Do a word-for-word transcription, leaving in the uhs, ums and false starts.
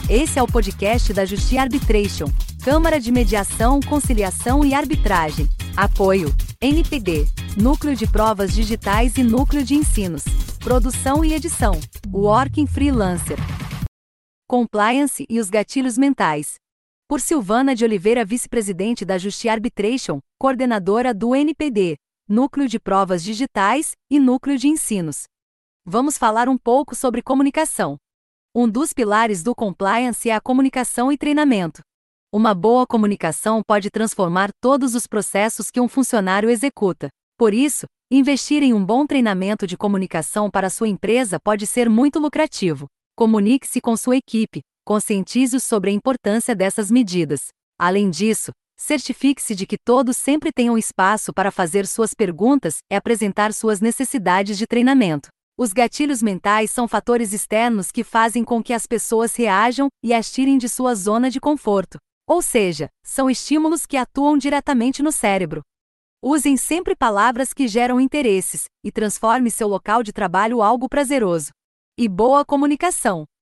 Esse é o podcast da Justi Arbitration, Câmara de Mediação, Conciliação e Arbitragem. Apoio: N P D, Núcleo de Provas Digitais e Núcleo de Ensinos. Produção e edição: Working Freelancer. Compliance e os gatilhos mentais. Por Silvana de Oliveira, vice-presidente da Justi Arbitration, coordenadora do N P D, Núcleo de Provas Digitais e Núcleo de Ensinos. Vamos falar um pouco sobre comunicação. Um dos pilares do compliance é a comunicação e treinamento. Uma boa comunicação pode transformar todos os processos que um funcionário executa. Por isso, investir em um bom treinamento de comunicação para sua empresa pode ser muito lucrativo. Comunique-se com sua equipe, conscientize-os sobre a importância dessas medidas. Além disso, certifique-se de que todos sempre tenham espaço para fazer suas perguntas e apresentar suas necessidades de treinamento. Os gatilhos mentais são fatores externos que fazem com que as pessoas reajam e as tirem de sua zona de conforto. Ou seja, são estímulos que atuam diretamente no cérebro. Usem sempre palavras que geram interesses e transforme seu local de trabalho algo prazeroso. E boa comunicação